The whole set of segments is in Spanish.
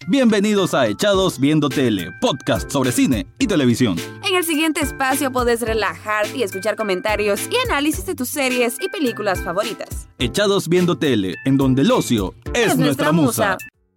Bienvenidos a Echados Viendo Tele, podcast sobre cine y televisión. En el siguiente espacio podés relajarte y escuchar comentarios y análisis de tus series y películas favoritas. Echados Viendo Tele, en donde el ocio es nuestra musa.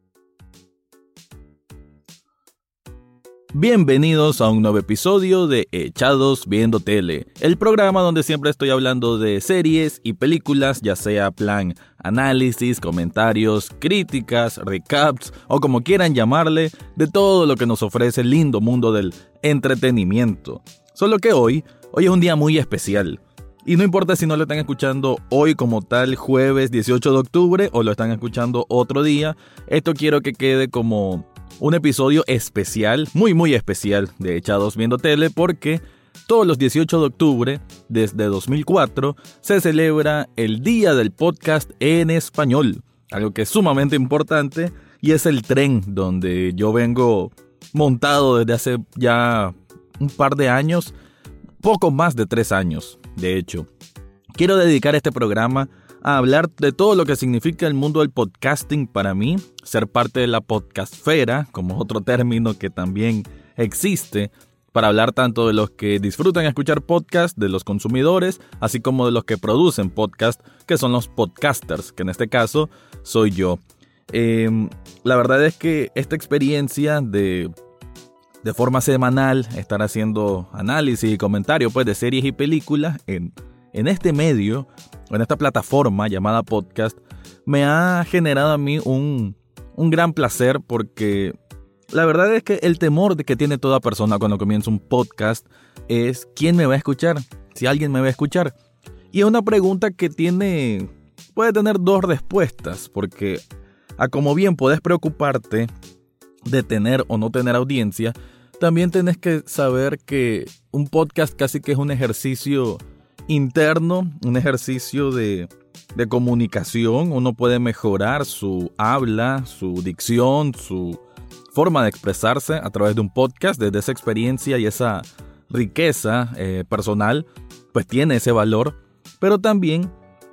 Bienvenidos a un nuevo episodio de Echados Viendo Tele, el programa donde siempre estoy hablando de series y películas, ya sea plan análisis, comentarios, críticas, recaps o como quieran llamarle, de todo lo que nos ofrece el lindo mundo del entretenimiento. Solo que hoy es un día muy especial. Y no importa si no lo están escuchando hoy como tal, jueves 18 de octubre, o lo están escuchando otro día, esto quiero que quede como un episodio especial, muy especial de Echados Viendo Tele, porque todos los 18 de octubre, desde 2004, se celebra el Día del Podcast en Español, algo que es sumamente importante y es el tren donde yo vengo montado desde hace ya un par de años, poco más de 3 años, de hecho. Quiero dedicar este programa a hablar de todo lo que significa el mundo del podcasting para mí, ser parte de la podcastfera, como otro término que también existe, para hablar tanto de los que disfrutan escuchar podcast, de los consumidores, así como de los que producen podcast, que son los podcasters, que en este caso soy yo. La verdad es que esta experiencia de forma semanal, estar haciendo análisis y comentario pues, de series y películas en este medio, en esta plataforma llamada podcast, me ha generado a mí un gran placer porque la verdad es que el temor que tiene toda persona cuando comienza un podcast es ¿quién me va a escuchar? Si alguien me va a escuchar. Y es una pregunta que puede tener 2 respuestas, porque a como bien puedes preocuparte de tener o no tener audiencia, también tenés que saber que un podcast casi que es un ejercicio interno, un ejercicio de comunicación. Uno puede mejorar su habla, su dicción, su forma de expresarse a través de un podcast. Desde esa experiencia y esa riqueza personal, pues tiene ese valor. Pero también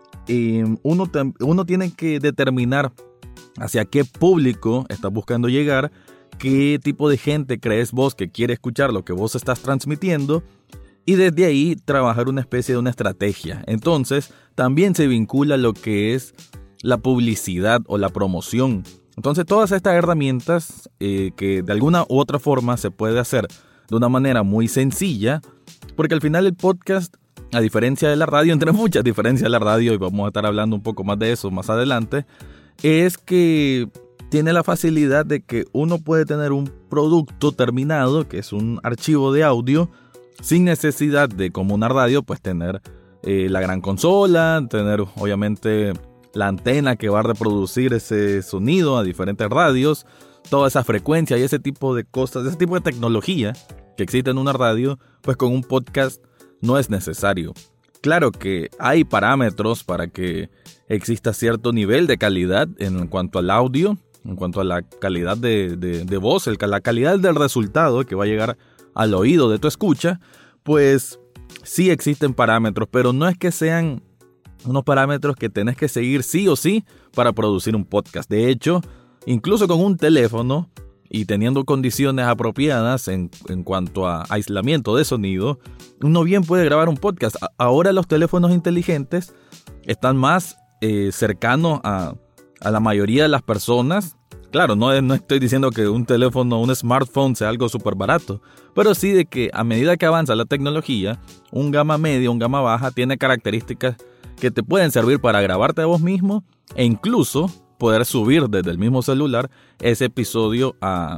uno tiene que determinar hacia qué público estás buscando llegar, qué tipo de gente crees vos que quiere escuchar lo que vos estás transmitiendo, y desde ahí trabajar una especie de una estrategia. Entonces también se vincula lo que es la publicidad o la promoción. Entonces todas estas herramientas que de alguna u otra forma se puede hacer de una manera muy sencilla, porque al final el podcast, a diferencia de la radio, entre muchas diferencias de la radio, y vamos a estar hablando un poco más de eso más adelante, es que tiene la facilidad de que uno puede tener un producto terminado, que es un archivo de audio, sin necesidad de, como una radio, pues tener la gran consola, tener obviamente la antena que va a reproducir ese sonido a diferentes radios, toda esa frecuencia y ese tipo de cosas, ese tipo de tecnología que existe en una radio, pues con un podcast no es necesario. Claro que hay parámetros para que exista cierto nivel de calidad en cuanto al audio, en cuanto a la calidad de voz, la calidad del resultado que va a llegar al oído de tu escucha, pues sí existen parámetros, pero no es que sean unos parámetros que tenés que seguir sí o sí para producir un podcast. De hecho, incluso con un teléfono y teniendo condiciones apropiadas en cuanto a aislamiento de sonido, uno bien puede grabar un podcast. Ahora los teléfonos inteligentes están más cercanos a la mayoría de las personas. Claro, no estoy diciendo que un teléfono, un smartphone sea algo súper barato, pero sí de que a medida que avanza la tecnología, un gama media, un gama baja, tiene características que te pueden servir para grabarte a vos mismo e incluso poder subir desde el mismo celular ese episodio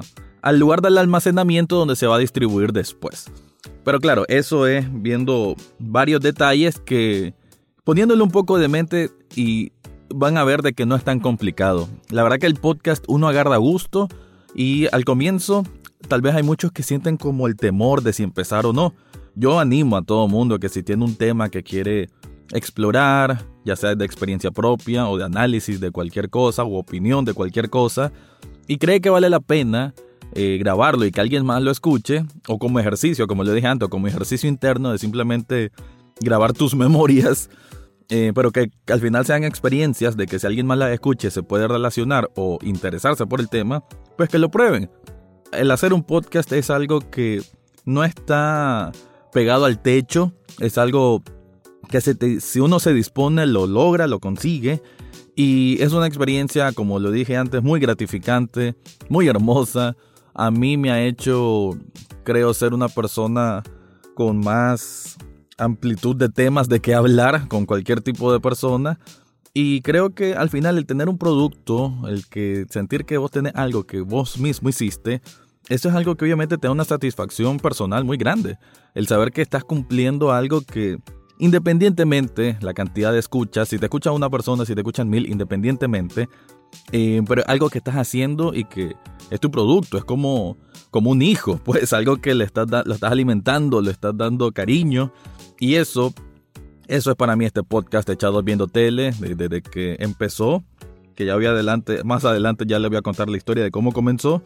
al lugar del almacenamiento donde se va a distribuir después. Pero claro, eso es viendo varios detalles que poniéndole un poco de mente y van a ver de que no es tan complicado. La verdad que el podcast uno agarra gusto y al comienzo tal vez hay muchos que sienten como el temor de si empezar o no. Yo animo a todo mundo que si tiene un tema que quiere explorar, ya sea de experiencia propia o de análisis de cualquier cosa o opinión de cualquier cosa, y cree que vale la pena grabarlo y que alguien más lo escuche, o como ejercicio, como le dije antes, o como ejercicio interno de simplemente grabar tus memorias, pero que al final sean experiencias de que si alguien más las escuche se puede relacionar o interesarse por el tema, pues que lo prueben. El hacer un podcast es algo que no está pegado al techo, es algo que si uno se dispone lo logra, lo consigue, y es una experiencia, como lo dije antes, muy gratificante, muy hermosa. A mí me ha hecho, creo, ser una persona con más amplitud de temas de qué hablar con cualquier tipo de persona. Y creo que al final el tener un producto, el que sentir que vos tenés algo que vos mismo hiciste, eso es algo que obviamente te da una satisfacción personal muy grande. El saber que estás cumpliendo algo que, independientemente la cantidad de escuchas, si te escucha una persona, si te escuchan 1000, independientemente, pero algo que estás haciendo y que es tu producto, es como un hijo, pues algo que lo estás alimentando, le estás dando cariño. Y eso es para mí este podcast Echados Viendo Tele, desde que empezó, que ya más adelante ya les voy a contar la historia de cómo comenzó.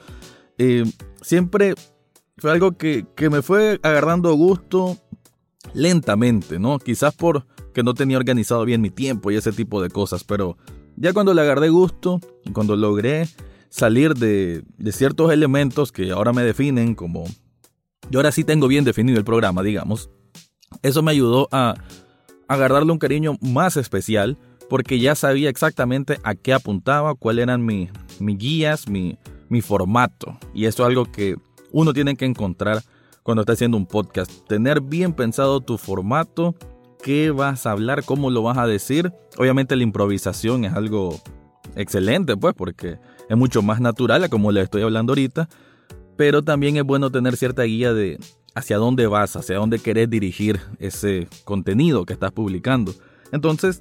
Siempre fue algo que me fue agarrando gusto lentamente, ¿no? Quizás porque no tenía organizado bien mi tiempo y ese tipo de cosas, pero ya cuando le agarré gusto, cuando logré salir de ciertos elementos que ahora me definen, como yo ahora sí tengo bien definido el programa, digamos, eso me ayudó a agarrarle un cariño más especial, porque ya sabía exactamente a qué apuntaba, cuáles eran mis guías, mi formato. Y eso es algo que uno tiene que encontrar cuando está haciendo un podcast. Tener bien pensado tu formato, qué vas a hablar, cómo lo vas a decir. Obviamente la improvisación es algo excelente, pues, porque es mucho más natural a como le estoy hablando ahorita. Pero también es bueno tener cierta guía de hacia dónde vas, hacia dónde querés dirigir ese contenido que estás publicando. Entonces,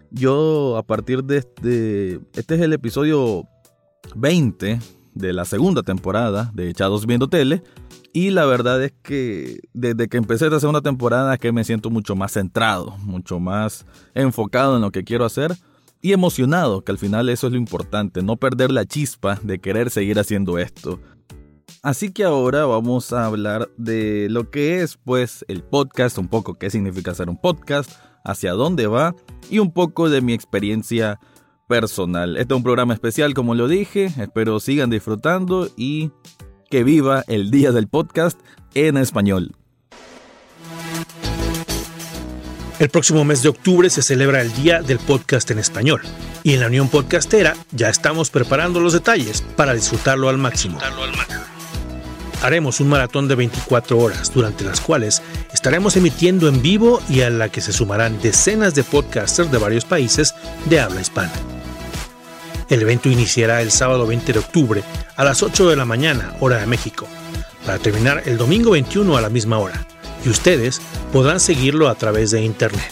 yo a partir de este es el episodio 20 de la segunda temporada de Echados Viendo Tele, y la verdad es que desde que empecé esta segunda temporada es que me siento mucho más centrado, mucho más enfocado en lo que quiero hacer y emocionado, que al final eso es lo importante, no perder la chispa de querer seguir haciendo esto. Así que ahora vamos a hablar de lo que es, pues, el podcast, un poco qué significa hacer un podcast, hacia dónde va y un poco de mi experiencia personal. Este es un programa especial, como lo dije, espero sigan disfrutando y que viva el día del podcast en español. El próximo mes de octubre se celebra el Día del Podcast en Español y en la Unión Podcastera ya estamos preparando los detalles para disfrutarlo al máximo. Haremos un maratón de 24 horas, durante las cuales estaremos emitiendo en vivo y a la que se sumarán decenas de podcasters de varios países de habla hispana. El evento iniciará el sábado 20 de octubre a las 8 de la mañana, hora de México, para terminar el domingo 21 a la misma hora, y ustedes podrán seguirlo a través de internet.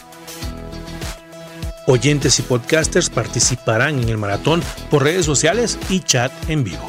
Oyentes y podcasters participarán en el maratón por redes sociales y chat en vivo.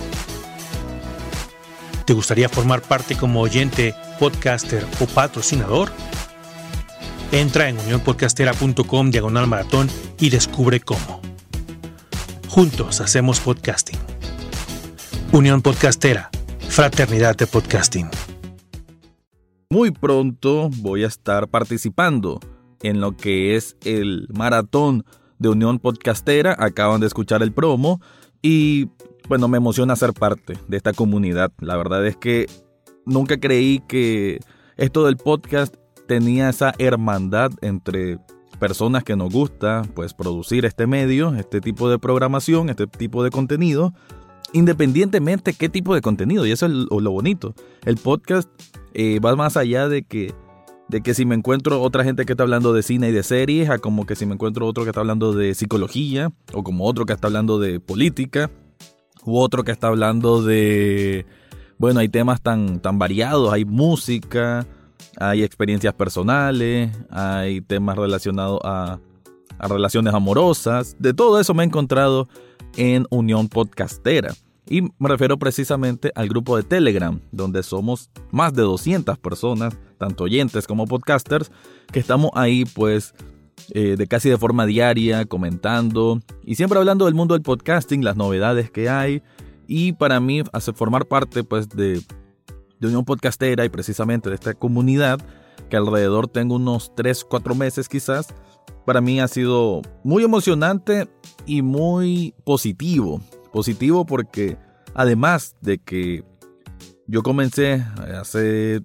¿Te gustaría formar parte como oyente, podcaster o patrocinador? Entra en unionpodcastera.com/maratón y descubre cómo. Juntos hacemos podcasting. Unión Podcastera, fraternidad de podcasting. Muy pronto voy a estar participando en lo que es el maratón de Unión Podcastera. Acaban de escuchar el promo y bueno, me emociona ser parte de esta comunidad. La verdad es que nunca creí que esto del podcast tenía esa hermandad entre personas que nos gusta pues producir este medio, este tipo de programación, este tipo de contenido, independientemente qué tipo de contenido. Y eso es lo bonito. El podcast va más allá de que si me encuentro otra gente que está hablando de cine y de series, a como que si me encuentro otro que está hablando de psicología, o como otro que está hablando de política, u otro que está hablando de... Bueno, hay temas tan variados, hay música, hay experiencias personales, hay temas relacionados a relaciones amorosas. De todo eso me he encontrado en Unión Podcastera. Y me refiero precisamente al grupo de Telegram, donde somos más de 200 personas, tanto oyentes como podcasters, que estamos ahí pues casi de forma diaria, comentando y siempre hablando del mundo del podcasting, las novedades que hay. Y para mí, formar parte pues de Unión Podcastera y precisamente de esta comunidad, que alrededor tengo unos 3-4 meses quizás, para mí ha sido muy emocionante y muy positivo. Positivo porque además de que yo comencé hace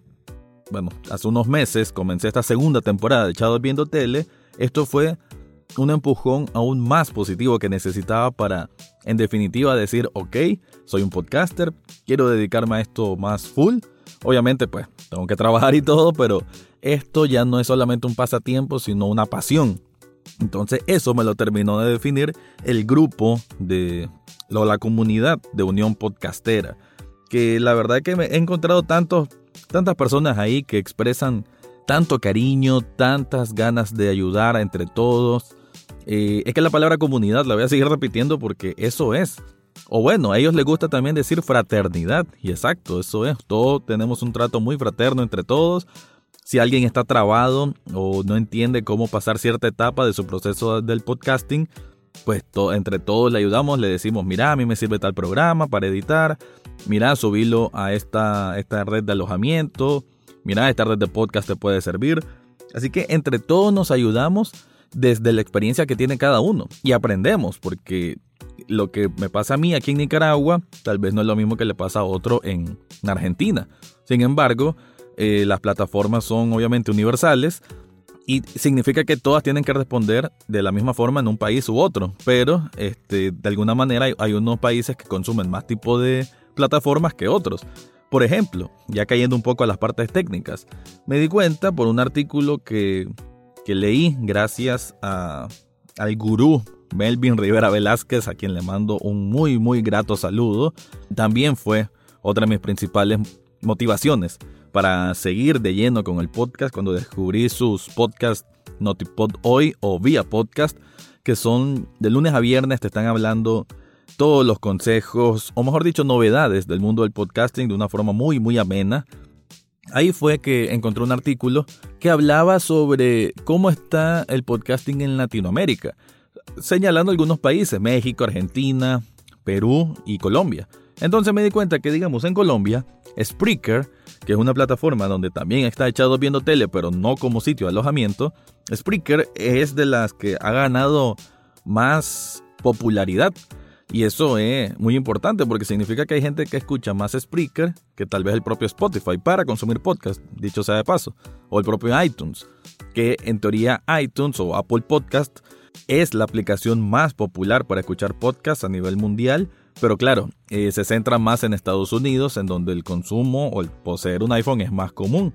unos meses, comencé esta segunda temporada de Echados Viendo Tele, esto fue un empujón aún más positivo que necesitaba para, en definitiva, decir, ok, soy un podcaster, quiero dedicarme a esto más full. Obviamente, pues, tengo que trabajar y todo, pero esto ya no es solamente un pasatiempo, sino una pasión. Entonces, eso me lo terminó de definir el grupo de la comunidad de Unión Podcastera, que la verdad es que he encontrado tantas personas ahí que expresan tanto cariño, tantas ganas de ayudar entre todos. Es que la palabra comunidad la voy a seguir repitiendo porque eso es. O bueno, a ellos les gusta también decir fraternidad. Y exacto, eso es. Todos tenemos un trato muy fraterno entre todos. Si alguien está trabado o no entiende cómo pasar cierta etapa de su proceso del podcasting, pues entre todos le ayudamos, le decimos, mira, a mí me sirve tal programa para editar, mira, subirlo a esta red de alojamiento, mira, esta red de podcast te puede servir. Así que entre todos nos ayudamos desde la experiencia que tiene cada uno y aprendemos, porque lo que me pasa a mí aquí en Nicaragua tal vez no es lo mismo que le pasa a otro en Argentina. Sin embargo, las plataformas son obviamente universales y significa que todas tienen que responder de la misma forma en un país u otro, pero de alguna manera hay unos países que consumen más tipo de plataformas que otros. Por ejemplo, ya cayendo un poco a las partes técnicas, me di cuenta por un artículo que leí gracias al gurú Melvin Rivera Velázquez, a quien le mando un muy muy grato saludo. También fue otra de mis principales motivaciones para seguir de lleno con el podcast cuando descubrí sus podcasts Notipod Hoy o Vía Podcast, que son de lunes a viernes, te están hablando todos los consejos, o mejor dicho, novedades del mundo del podcasting de una forma muy muy amena. Ahí fue que encontré un artículo que hablaba sobre cómo está el podcasting en Latinoamérica, señalando algunos países, México, Argentina, Perú y Colombia. Entonces me di cuenta que, digamos, en Colombia, Spreaker, que es una plataforma donde también está Echados Viendo Tele, pero no como sitio de alojamiento, Spreaker es de las que ha ganado más popularidad. Y eso es muy importante porque significa que hay gente que escucha más Spreaker que tal vez el propio Spotify para consumir podcast, dicho sea de paso, o el propio iTunes, que en teoría iTunes o Apple Podcast es la aplicación más popular para escuchar podcasts a nivel mundial, pero claro, se centra más en Estados Unidos, en donde el consumo o el poseer un iPhone es más común.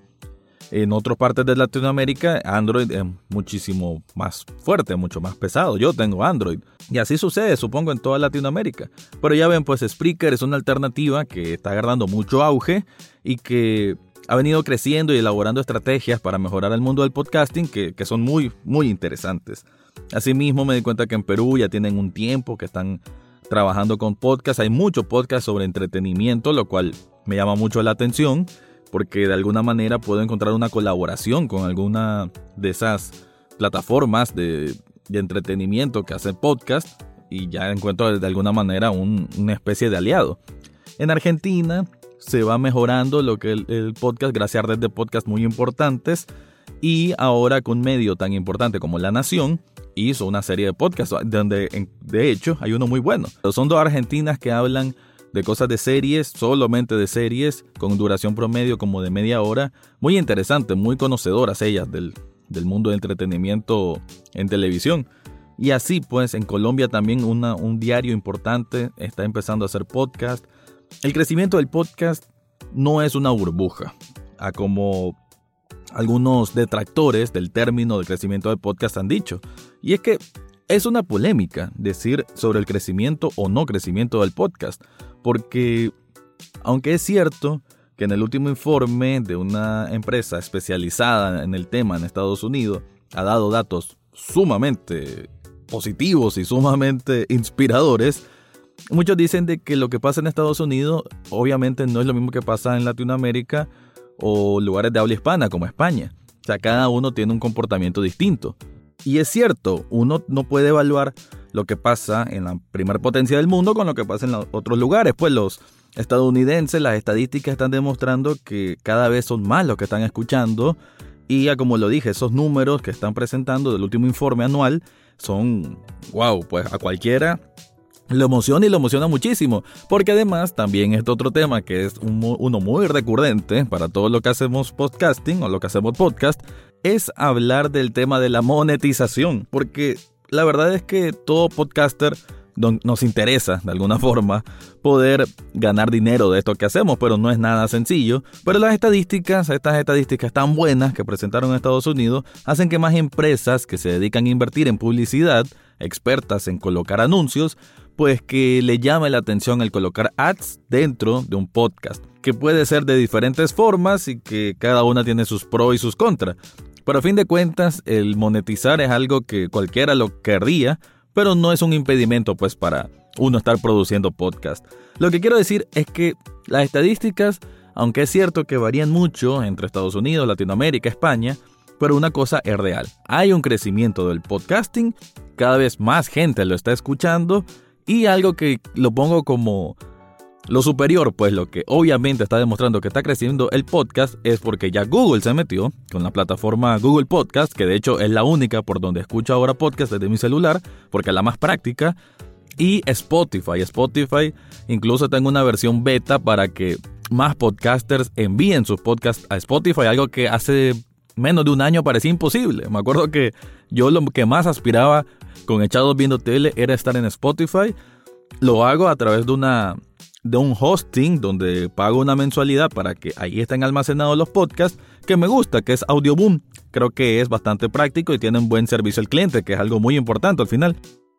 En otras partes de Latinoamérica, Android es muchísimo más fuerte, mucho más pesado. Yo tengo Android. Y así sucede, supongo, en toda Latinoamérica. Pero ya ven, pues Spreaker es una alternativa que está agarrando mucho auge y que ha venido creciendo y elaborando estrategias para mejorar el mundo del podcasting que son muy, muy interesantes. Asimismo, me di cuenta que en Perú ya tienen un tiempo que están trabajando con podcasts. Hay mucho podcast sobre entretenimiento, lo cual me llama mucho la atención, porque de alguna manera puedo encontrar una colaboración con alguna de esas plataformas de entretenimiento que hacen podcast y ya encuentro de alguna manera una especie de aliado. En Argentina se va mejorando lo que el podcast gracias a redes de podcast muy importantes y ahora con un medio tan importante como La Nación hizo una serie de podcasts donde de hecho hay uno muy bueno. Son dos argentinas que hablan de cosas de series, solamente de series, con duración promedio como de media hora. Muy interesante, muy conocedoras ellas del mundo del entretenimiento en televisión. Y así pues, en Colombia también un diario importante está empezando a hacer podcast. El crecimiento del podcast no es una burbuja, a como algunos detractores del término de crecimiento del podcast han dicho. Y es que es una polémica decir sobre el crecimiento o no crecimiento del podcast, porque aunque es cierto que en el último informe de una empresa especializada en el tema en Estados Unidos ha dado datos sumamente positivos y sumamente inspiradores, muchos dicen de que lo que pasa en Estados Unidos obviamente no es lo mismo que pasa en Latinoamérica o lugares de habla hispana como España. O sea, cada uno tiene un comportamiento distinto. Y es cierto, uno no puede evaluar lo que pasa en la primer potencia del mundo con lo que pasa en los otros lugares. Pues los estadounidenses, las estadísticas están demostrando que cada vez son más los que están escuchando Y ya como lo dije, esos números que están presentando del último informe anual son, wow, pues a cualquiera lo emociona y lo emociona muchísimo. Porque además también este otro tema que es uno muy recurrente para todo lo que hacemos podcasting o lo que hacemos podcast, es hablar del tema de la monetización. Porque la verdad es que todo podcaster nos interesa de alguna forma poder ganar dinero de esto que hacemos, pero no es nada sencillo. Pero estas estadísticas tan buenas que presentaron en Estados Unidos hacen que más empresas que se dedican a invertir en publicidad, expertas en colocar anuncios, pues que le llame la atención el colocar ads dentro de un podcast, que puede ser de diferentes formas y que cada una tiene sus pros y sus contras. Pero a fin de cuentas, el monetizar es algo que cualquiera lo querría, pero no es un impedimento pues para uno estar produciendo podcast. Lo que quiero decir es que las estadísticas, aunque es cierto que varían mucho entre Estados Unidos, Latinoamérica, España, pero una cosa es real. Hay un crecimiento del podcasting, cada vez más gente lo está escuchando y algo que lo pongo como lo superior, pues lo que obviamente está demostrando que está creciendo el podcast es porque ya Google se metió con la plataforma Google Podcast, que de hecho es la única por donde escucho ahora podcast desde mi celular, porque es la más práctica, y Spotify incluso tengo una versión beta para que más podcasters envíen sus podcasts a Spotify, algo que hace menos de un año parecía imposible. Me acuerdo que yo lo que más aspiraba con Echados Viendo Tele era estar en Spotify. Lo hago a través de un hosting donde pago una mensualidad para que ahí estén almacenados los podcasts que me gusta, que es Audioboom. Creo que es bastante práctico y tiene un buen servicio al cliente, que es algo muy importante al final.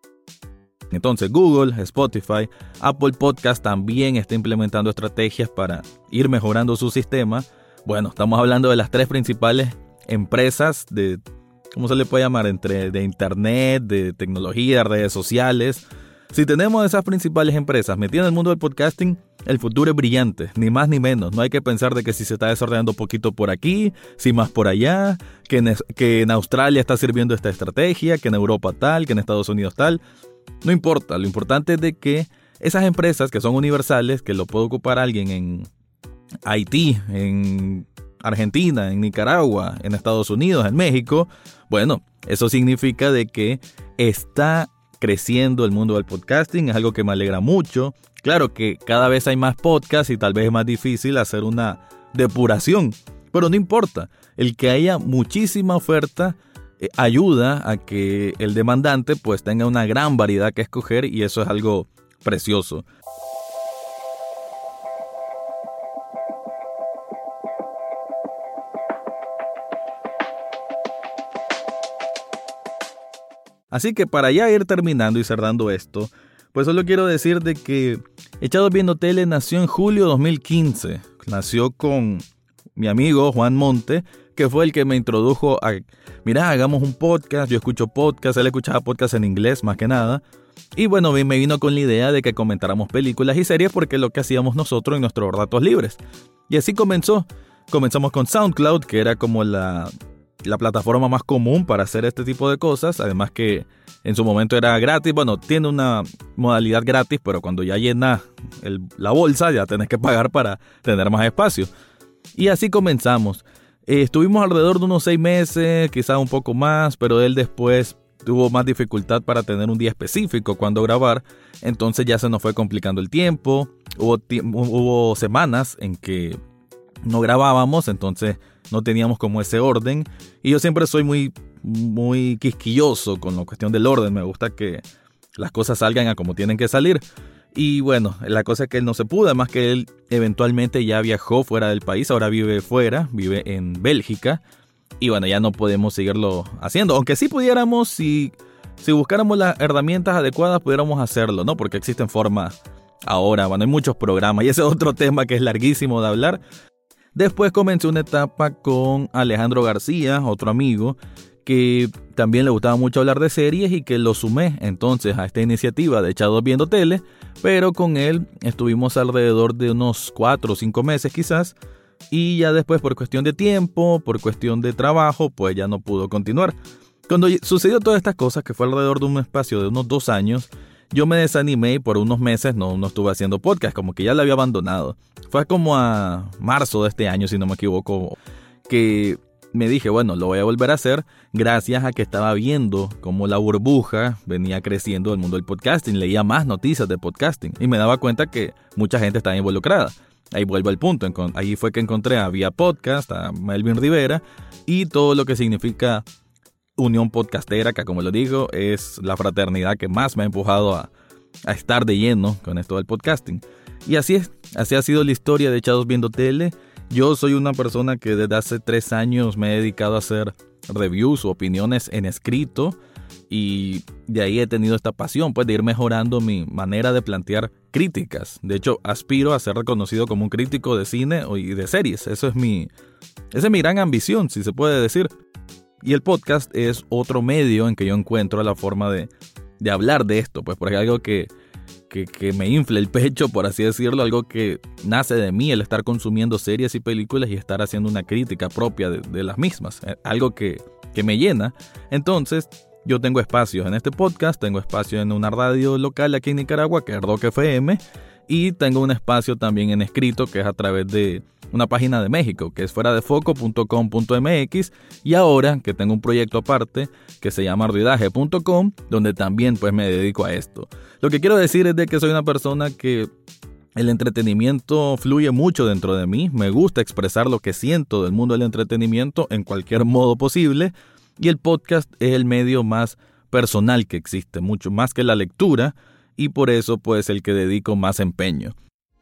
Entonces Google, Spotify, Apple Podcast también está implementando estrategias para ir mejorando su sistema. Bueno, estamos hablando de las 3 principales empresas de, ¿cómo se le puede llamar? De internet, de tecnología, de redes sociales. Si tenemos esas principales empresas metidas en el mundo del podcasting, el futuro es brillante, ni más ni menos. No hay que pensar de que si se está desarrollando poquito por aquí, si más por allá, que en Australia está sirviendo esta estrategia, que en Europa tal, que en Estados Unidos tal. No importa, lo importante es de que esas empresas que son universales, que lo puede ocupar alguien en Haití, en Argentina, en Nicaragua, en Estados Unidos, en México, bueno, eso significa de que está creciendo el mundo del podcasting, es algo que me alegra mucho. Claro que cada vez hay más podcasts y tal vez es más difícil hacer una depuración, pero no importa, el que haya muchísima oferta ayuda a que el demandante pues tenga una gran variedad que escoger y eso es algo precioso. Así que para ya ir terminando y cerrando esto, pues solo quiero decir de que Echados Viendo Tele nació en julio de 2015. Nació con mi amigo Juan Monte, que fue el que me introdujo a, mira, hagamos un podcast. Yo escucho podcast, él escuchaba podcast en inglés más que nada. Y bueno, me vino con la idea de que comentáramos películas y series porque es lo que hacíamos nosotros en nuestros ratos libres. Y así comenzó. Comenzamos con SoundCloud, que era como la plataforma más común para hacer este tipo de cosas, además que en su momento era gratis. Bueno, tiene una modalidad gratis, pero cuando ya llenas la bolsa ya tenés que pagar para tener más espacio. Y así comenzamos. Estuvimos alrededor de unos 6 meses, quizás un poco más, pero él después tuvo más dificultad para tener un día específico cuando grabar, entonces ya se nos fue complicando el tiempo. Hubo semanas en que no grabábamos, entonces no teníamos como ese orden. Y yo siempre soy muy quisquilloso con la cuestión del orden. Me gusta que las cosas salgan a como tienen que salir. Y bueno, la cosa es que él no se pudo. Además que él eventualmente ya viajó fuera del país. Ahora vive fuera, vive en Bélgica. Y bueno, ya no podemos seguirlo haciendo. Aunque sí pudiéramos, si buscáramos las herramientas adecuadas, pudiéramos hacerlo, ¿no? Porque existen formas ahora. Bueno, hay muchos programas. Y ese es otro tema que es larguísimo de hablar. Después comencé una etapa con Alejandro García, otro amigo, que también le gustaba mucho hablar de series y que lo sumé entonces a esta iniciativa de Echados Viendo Tele, pero con él estuvimos alrededor de unos 4 o 5 meses quizás, y ya después por cuestión de tiempo, por cuestión de trabajo, pues ya no pudo continuar. Cuando sucedió todas estas cosas, que fue alrededor de un espacio de unos 2 años, yo me desanimé y por unos meses no estuve haciendo podcast, como que ya lo había abandonado. Fue como a marzo de este año, si no me equivoco, que me dije, bueno, lo voy a volver a hacer gracias a que estaba viendo cómo la burbuja venía creciendo del mundo del podcasting. Leía más noticias de podcasting y me daba cuenta que mucha gente estaba involucrada. Ahí vuelvo al punto. Ahí fue que encontré a Vía Podcast, a Melvin Rivera y todo lo que significa Unión Podcastera, que como lo digo, es la fraternidad que más me ha empujado a estar de lleno con esto del podcasting. Y así ha sido la historia de Echados Viendo Tele. Yo soy una persona que desde hace 3 años me he dedicado a hacer reviews o opiniones en escrito y de ahí he tenido esta pasión pues de ir mejorando mi manera de plantear críticas. De hecho, aspiro a ser reconocido como un crítico de cine y de series. Esa es mi gran ambición, si se puede decir. Y el podcast es otro medio en que yo encuentro la forma de hablar de esto, pues porque es algo que me infla el pecho, por así decirlo, algo que nace de mí, el estar consumiendo series y películas y estar haciendo una crítica propia de las mismas, algo que me llena. Entonces, yo tengo espacios en este podcast, tengo espacio en una radio local aquí en Nicaragua, que es Rock FM, y tengo un espacio también en escrito, que es a través de una página de México, que es fueradefoco.com.mx, y ahora que tengo un proyecto aparte que se llama ruidaje.com, donde también pues me dedico a esto. Lo que quiero decir es de que soy una persona que el entretenimiento fluye mucho dentro de mí, me gusta expresar lo que siento del mundo del entretenimiento en cualquier modo posible, y el podcast es el medio más personal que existe, mucho más que la lectura, y por eso pues el que dedico más empeño.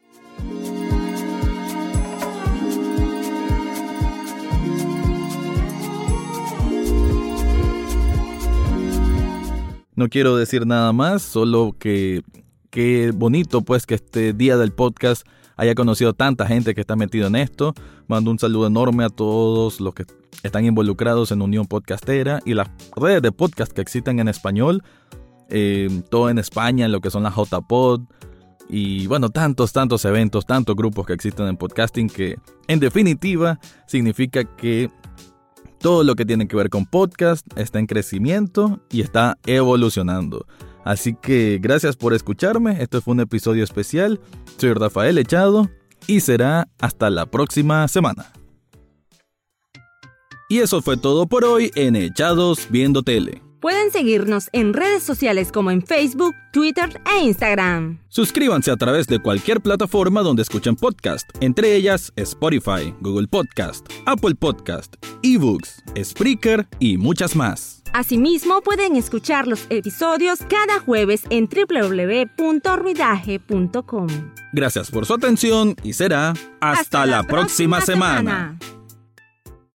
No quiero decir nada más, solo que qué bonito pues que este día del podcast haya conocido tanta gente que está metido en esto. Mando un saludo enorme a todos los que están involucrados en Unión Podcastera y las redes de podcast que existen en español, todo en España, en lo que son las JPod y bueno, tantos eventos, tantos grupos que existen en podcasting que en definitiva significa que todo lo que tiene que ver con podcast está en crecimiento y está evolucionando. Así que gracias por escucharme. Este fue un episodio especial. Soy Rafael Echado y será hasta la próxima semana. Y eso fue todo por hoy en Echados Viendo Tele. Pueden seguirnos en redes sociales como en Facebook, Twitter e Instagram. Suscríbanse a través de cualquier plataforma donde escuchen podcast, entre ellas Spotify, Google Podcast, Apple Podcast, eBooks, Spreaker y muchas más. Asimismo, pueden escuchar los episodios cada jueves en www.ruidaje.com. Gracias por su atención y será hasta la próxima semana.